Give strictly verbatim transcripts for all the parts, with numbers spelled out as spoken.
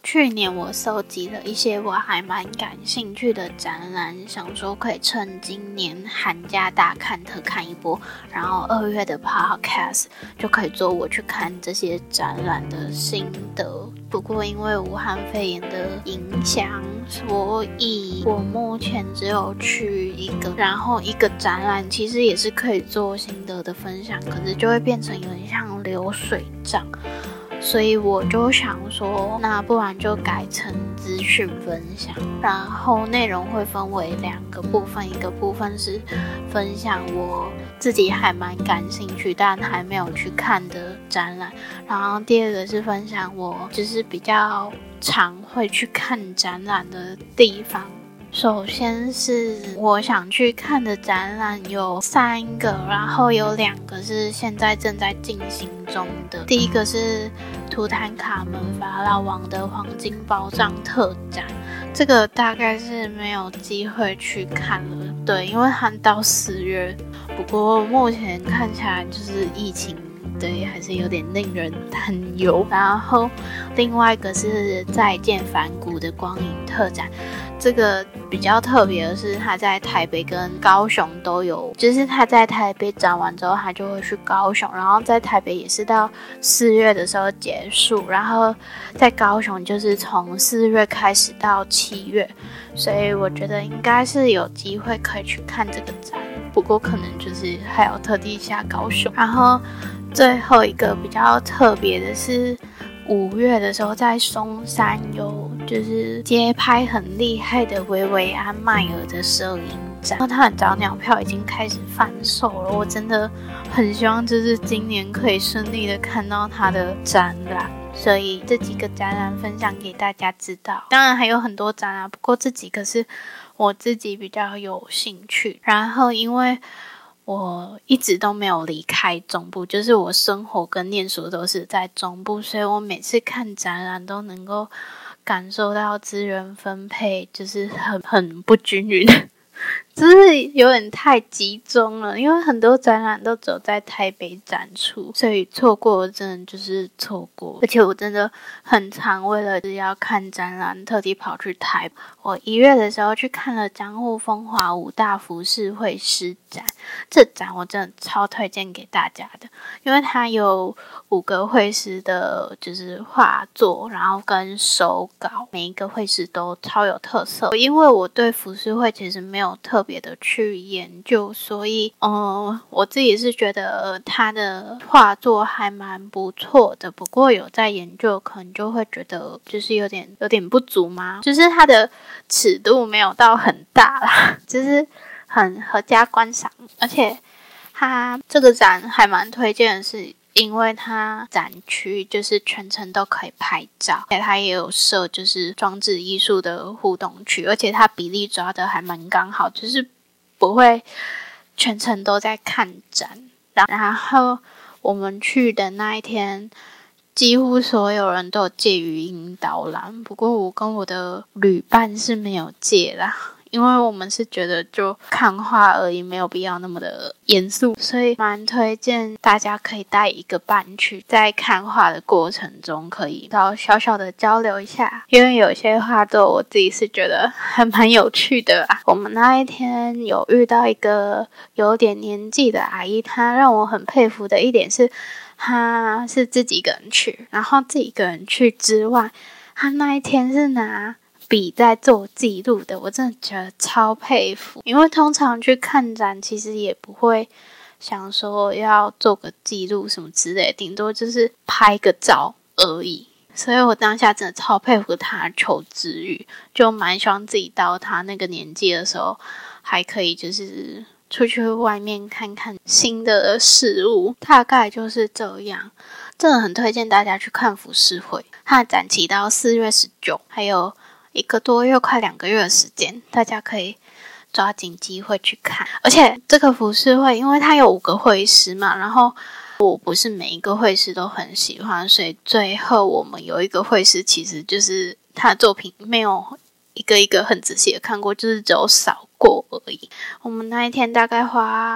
去年我搜集了一些我还蛮感兴趣的展览，想说可以趁今年寒假大看特看一波，然后二月的 podcast 就可以做我去看这些展览的心得。不过因为武汉肺炎的影响，所以我目前只有去一个，然后一个展览其实也是可以做心得的分享，可是就会变成有点像流水账，所以我就想说，那不然就改成资讯分享，然后内容会分为两个部分，一个部分是分享我自己还蛮感兴趣但还没有去看的展览，然后第二个是分享我就是比较常会去看展览的地方。首先是我想去看的展览有三个，然后有两个是现在正在进行中的。第一个是图坦卡门法老王的黄金宝藏特展，这个大概是没有机会去看了，对，因为它到四月，不过目前看起来就是疫情，对，还是有点令人担忧。然后另外一个是再见梵谷的光影特展，这个比较特别的是他在台北跟高雄都有，就是他在台北展完之后他就会去高雄，然后在台北也是到四月的时候结束，然后在高雄就是从四月开始到七月，所以我觉得应该是有机会可以去看这个展，不过可能就是还要特地下高雄。然后最后一个比较特别的是五月的时候在松山有就是街拍很厉害的维维安迈尔的摄影展，然后他的早鸟票已经开始贩售了，我真的很希望就是今年可以顺利的看到他的展览，所以这几个展览分享给大家知道。当然还有很多展览，不过这几个是我自己比较有兴趣。然后因为我一直都没有离开中部，就是我生活跟念书都是在中部，所以我每次看展览都能够感受到资源分配就是很很不均匀，就是有点太集中了，因为很多展览都只有在台北展出，所以错过真的就是错过。而且我真的很常为了要看展览特地跑去台北。我一月的时候去看了江户风华五大浮世绘师展，这展我真的超推荐给大家的，因为它有五个绘师的就是画作，然后跟手稿，每一个绘师都超有特色。因为我对浮世绘其实没有特别的去研究，所以嗯，我自己是觉得他的画作还蛮不错的，不过有在研究可能就会觉得就是有点有点不足嘛，就是他的尺度没有到很大啦，就是很合家观赏。而且他这个展还蛮推荐的是因为它展区就是全程都可以拍照，而且它也有设就是装置艺术的互动区，而且它比例抓的还蛮刚好，就是不会全程都在看展。然后我们去的那一天几乎所有人都有借语音导览，不过我跟我的旅伴是没有借啦，因为我们是觉得就看画而已，没有必要那么的严肃，所以蛮推荐大家可以带一个伴去，在看画的过程中可以到小小的交流一下，因为有些画作我自己是觉得还蛮有趣的啊。我们那一天有遇到一个有点年纪的阿姨，她让我很佩服的一点是她是自己一个人去，然后自己一个人去之外，她那一天是拿笔在做记录的，我真的觉得超佩服。因为通常去看展其实也不会想说要做个记录什么之类的，顶多就是拍个照而已，所以我当下真的超佩服他求知欲，就蛮希望自己到他那个年纪的时候还可以就是出去外面看看新的事物，大概就是这样。真的很推荐大家去看浮世绘，它的展期到四月十九，还有一个多月快两个月的时间，大家可以抓紧机会去看。而且这个浮世绘因为它有五个绘师嘛，然后我不是每一个绘师都很喜欢，所以最后我们有一个绘师其实就是他的作品没有一个一个很仔细的看过，就是只有扫过而已。我们那一天大概花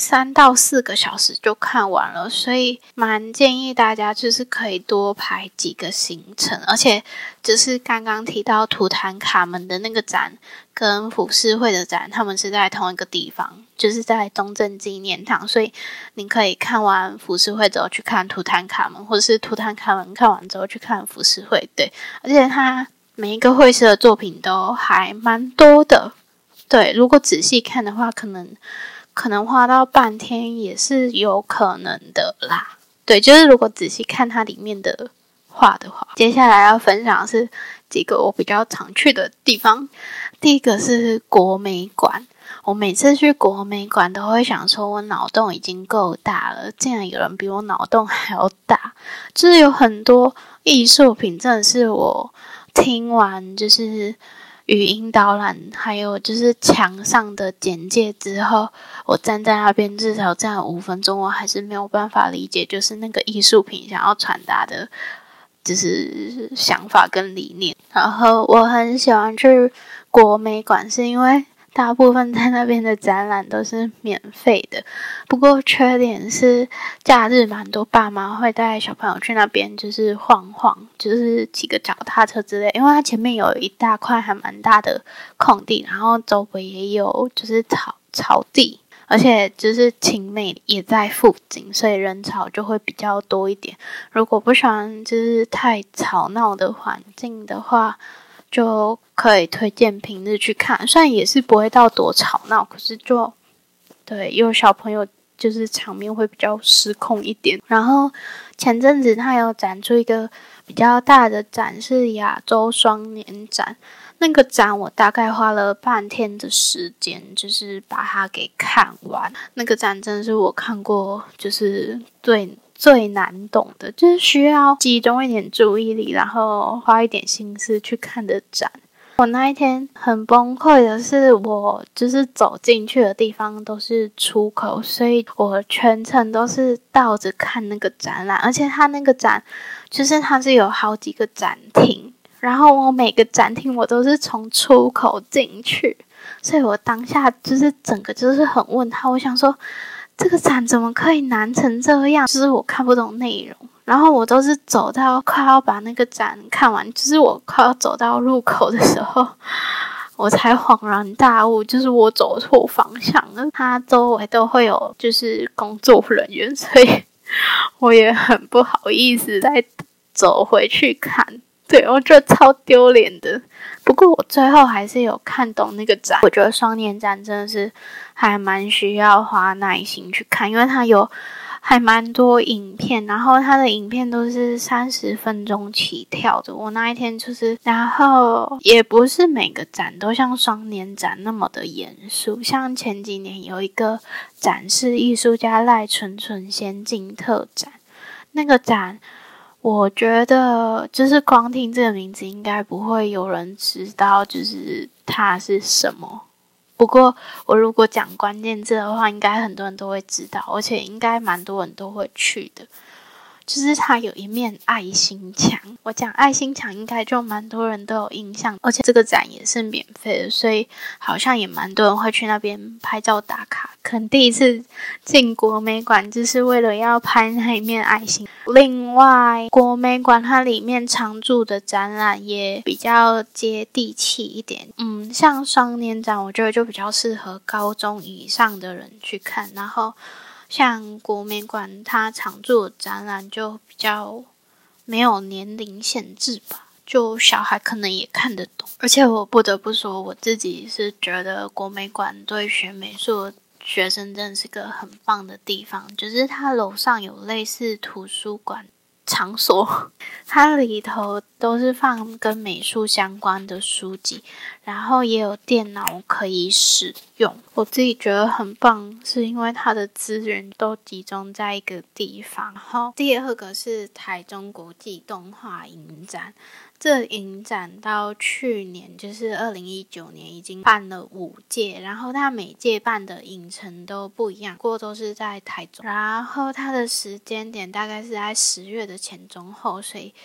三到四个小时就看完了，所以蛮建议大家就是可以多排几个行程，而且就是刚刚提到图坦卡门的那个展跟浮世绘的展，他们是在同一个地方，就是在东正纪念堂，所以你可以看完浮世绘之后去看图坦卡门，或者是图坦卡门看完之后去看浮世绘，对，而且它每一个绘师的作品都还蛮多的，对，如果仔细看的话，可能可能花到半天也是有可能的啦。对，就是如果仔细看它里面的画的话。接下来要分享的是几个我比较常去的地方。第一个是国美馆。我每次去国美馆都会想说，我脑洞已经够大了，竟然有人比我脑洞还要大。就是有很多艺术品真的是我听完就是语音导览还有就是墙上的简介之后，我站在那边至少站了五分钟，我还是没有办法理解就是那个艺术品想要传达的就是想法跟理念。然后我很喜欢去国美馆是因为大部分在那边的展览都是免费的，不过缺点是假日蛮多爸妈会带小朋友去那边就是晃晃，就是骑个脚踏车之类，因为它前面有一大块还蛮大的空地，然后周围也有就是草草地，而且就是晴美也在附近，所以人潮就会比较多一点。如果不喜欢就是太吵闹的环境的话，就可以推荐平日去看，虽然也是不会到多吵闹，可是就对有小朋友就是场面会比较失控一点。然后前阵子他有展出一个比较大的展，是亚洲双年展，那个展我大概花了半天的时间就是把它给看完。那个展真的是我看过就是最最难懂的，就是需要集中一点注意力，然后花一点心思去看的展。我那一天很崩溃的是，我就是走进去的地方都是出口，所以我全程都是倒着看那个展览，而且它那个展就是它是有好几个展厅，然后我每个展厅我都是从出口进去，所以我当下就是整个就是很问号，我想说这个展怎么可以难成这样，就是我看不懂内容。然后我都是走到快要把那个展看完，就是我快要走到入口的时候，我才恍然大悟，就是我走错方向了。它周围都会有就是工作人员，所以我也很不好意思再走回去看。对，我觉得超丢脸的。不过我最后还是有看懂那个展。我觉得双年展真的是还蛮需要花耐心去看，因为它有还蛮多影片，然后它的影片都是三十分钟起跳的。我那一天就是，然后也不是每个展都像双年展那么的严肃，像前几年有一个展是艺术家赖纯纯先进特展，那个展我觉得就是光听这个名字应该不会有人知道就是它是什么，不过我如果讲关键字的话，应该很多人都会知道，而且应该蛮多人都会去的。就是它有一面爱心墙，我讲爱心墙应该就蛮多人都有印象，而且这个展也是免费的，所以好像也蛮多人会去那边拍照打卡。可能第一次进国美馆就是为了要拍那一面爱心。另外国美馆它里面常驻的展览也比较接地气一点，嗯，像双年展我觉得就比较适合高中以上的人去看，然后像国美馆它常驻的展览就比较没有年龄限制吧，就小孩可能也看得懂。而且我不得不说，我自己是觉得国美馆对学美术的学生真的是个很棒的地方，就是它楼上有类似图书馆场所，它里头都是放跟美术相关的书籍，然后也有电脑可以使用。我自己觉得很棒，是因为它的资源都集中在一个地方。然后第二个是台中国际动画影展，这影展到去年就是二零一九年已经办了五届，然后它每届办的影城都不一样，不过都是在台中，然后它的时间点大概是在十月的前中后，所以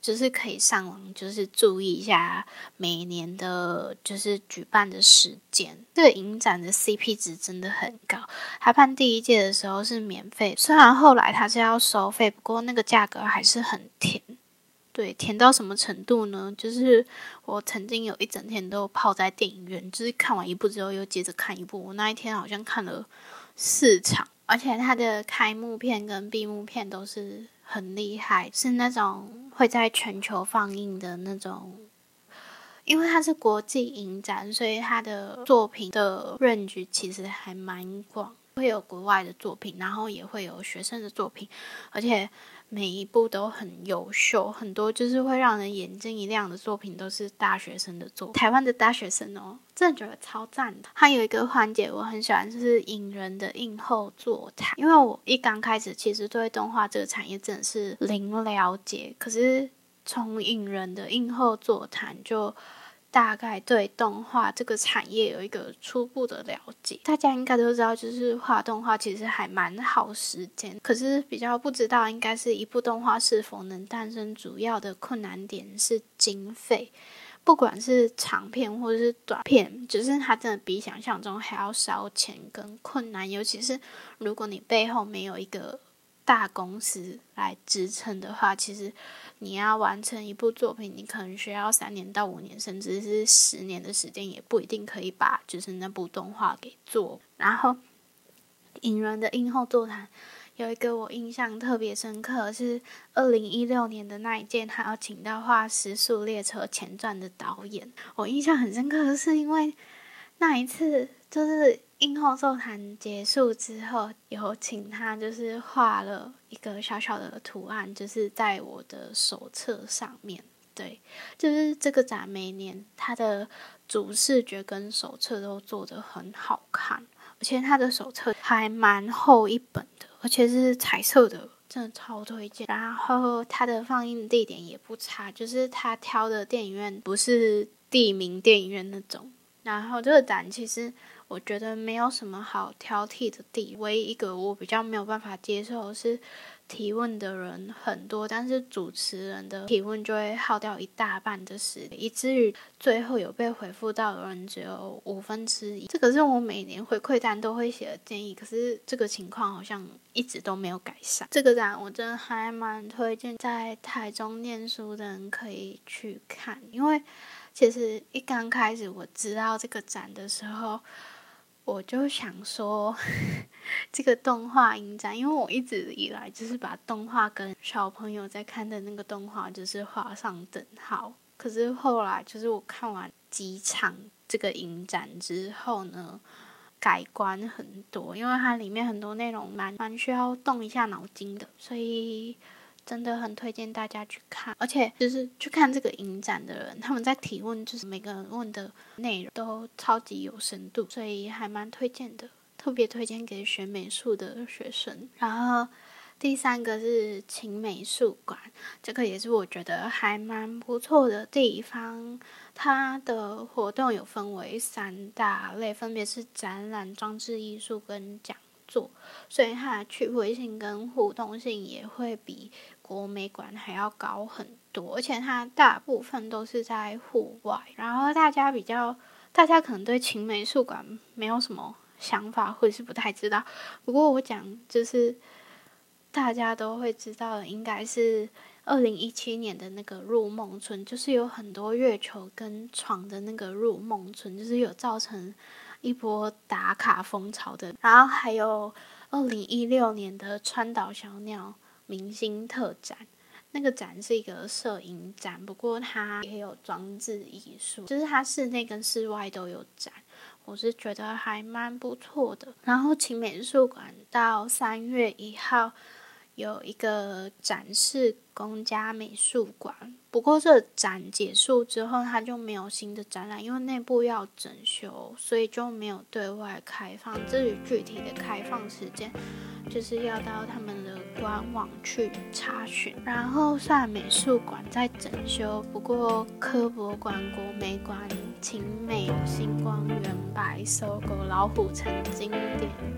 就是可以上网就是注意一下每年的就是举办的时间。这个影展的 C P 值真的很高，他办第一届的时候是免费，虽然后来他是要收费，不过那个价格还是很甜。对，甜到什么程度呢？就是我曾经有一整天都泡在电影院，就是看完一部之后又接着看一部，我那一天好像看了四场，而且它的开幕片跟闭幕片都是很厉害，是那种会在全球放映的那种，因为它是国际影展，所以它的作品的 range 其实还蛮广，会有国外的作品，然后也会有学生的作品，而且每一部都很优秀，很多就是会让人眼睛一亮的作品都是大学生的作品。台湾的大学生哦，真的觉得超赞的。它有一个环节我很喜欢，就是影人的映后座谈。因为我一刚开始其实对动画这个产业真的是零了解，可是从影人的映后座谈就大概对动画这个产业有一个初步的了解。大家应该都知道，就是画动画其实还蛮耗时间，可是比较不知道应该是一部动画是否能诞生，主要的困难点是经费。不管是长片或者是短片，只是它真的比想象中还要烧钱跟困难，尤其是如果你背后没有一个大公司来支撑的话，其实你要完成一部作品，你可能需要三年到五年，甚至是十年的时间，也不一定可以把就是那部动画给做。然后影人的映后座谈有一个我印象特别深刻，是二零一六年的那一届，他要请到画《时速列车前传》的导演。我印象很深刻的是因为那一次就是映后座谈结束之后，有请他就是画了一个小小的图案，就是在我的手册上面。对，就是这个展每年它的主视觉跟手册都做得很好看，而且它的手册还蛮厚一本的，而且是彩色的，真的超推荐。然后它的放映地点也不差，就是他挑的电影院不是地名电影院那种。然后这个展其实我觉得没有什么好挑剔的地，唯一一个我比较没有办法接受的是提问的人很多，但是主持人的提问就会耗掉一大半的时间，以至于最后有被回复到的人只有五分之一。这个是我每年回馈单都会写的建议，可是这个情况好像一直都没有改善。这个展我真的还蛮推荐在台中念书的人可以去看，因为其实一刚开始我知道这个展的时候，我就想说这个动画影展，因为我一直以来就是把动画跟小朋友在看的那个动画就是画上等号。可是后来就是我看完几场这个影展之后呢，改观很多，因为它里面很多内容蛮蛮需要动一下脑筋的，所以真的很推荐大家去看。而且就是去看这个影展的人，他们在提问，就是每个人问的内容都超级有深度，所以还蛮推荐的，特别推荐给学美术的学生。然后第三个是青美术馆，这个也是我觉得还蛮不错的地方。它的活动有分为三大类，分别是展览、装置艺术跟讲座，所以它的趣味性跟互动性也会比国美馆还要高很多，而且它大部分都是在户外。然后大家比较，大家可能对青美术馆没有什么想法，或者是不太知道。不过我讲就是大家都会知道的，应该是二零一七年的那个入梦村，就是有很多月球跟床的那个入梦村，就是有造成一波打卡风潮的。然后还有二零一六年的川岛小鸟明星特展，那个展是一个摄影展，不过它也有装置艺术，就是它室内跟室外都有展，我是觉得还蛮不错的。然后青美术馆到三月一号有一个展示公家美术馆，不过这个展结束之后它就没有新的展览，因为内部要整修，所以就没有对外开放。至于具体的开放时间，就是要到他们的官网去查询。然后虽然美术馆在整修，不过科博馆、国美馆、青美、星光园、白搜狗、老虎城经典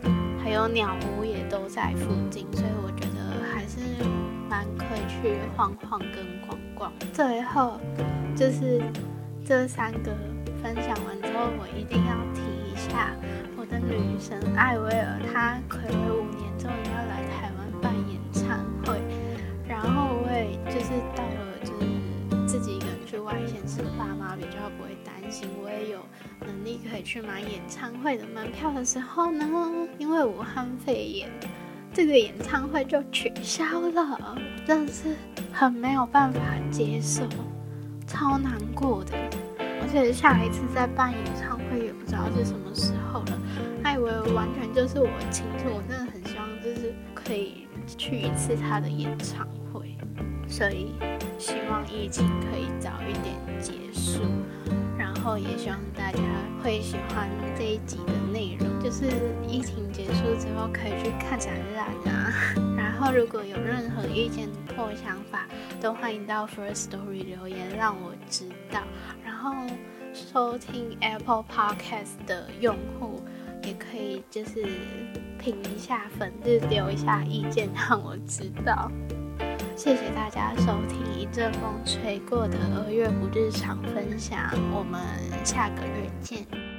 还有鸟屋也都在附近，所以我觉得还是蛮可以去晃晃跟逛逛。最后就是这三个分享完之后，我一定要提一下我的女神艾薇儿，她睽违五年终于要来台湾办演唱会，然后我也就是到了就是自己一个人去外县市，爸妈比较不会担心，我也有能力可以去买演唱会的门票的时候呢，因为武汉肺炎，这个演唱会就取消了，真的是很没有办法接受，超难过的。而且下一次再办演唱会也不知道是什么时候了，艾薇儿完全就是我的青春，我真的很希望就是可以去一次她的演唱会，所以希望疫情可以早一点结束，然后也希望大家会喜欢这一集的内容，就是疫情结束之后可以去看展览啊，然后如果有任何意见或想法都欢迎到 First Story 留言让我知道，然后收听 Apple Podcast 的用户也可以就是评一下分，就是留一下意见让我知道。谢谢大家收听一阵风吹过的二月不日常分享，我们下个月见。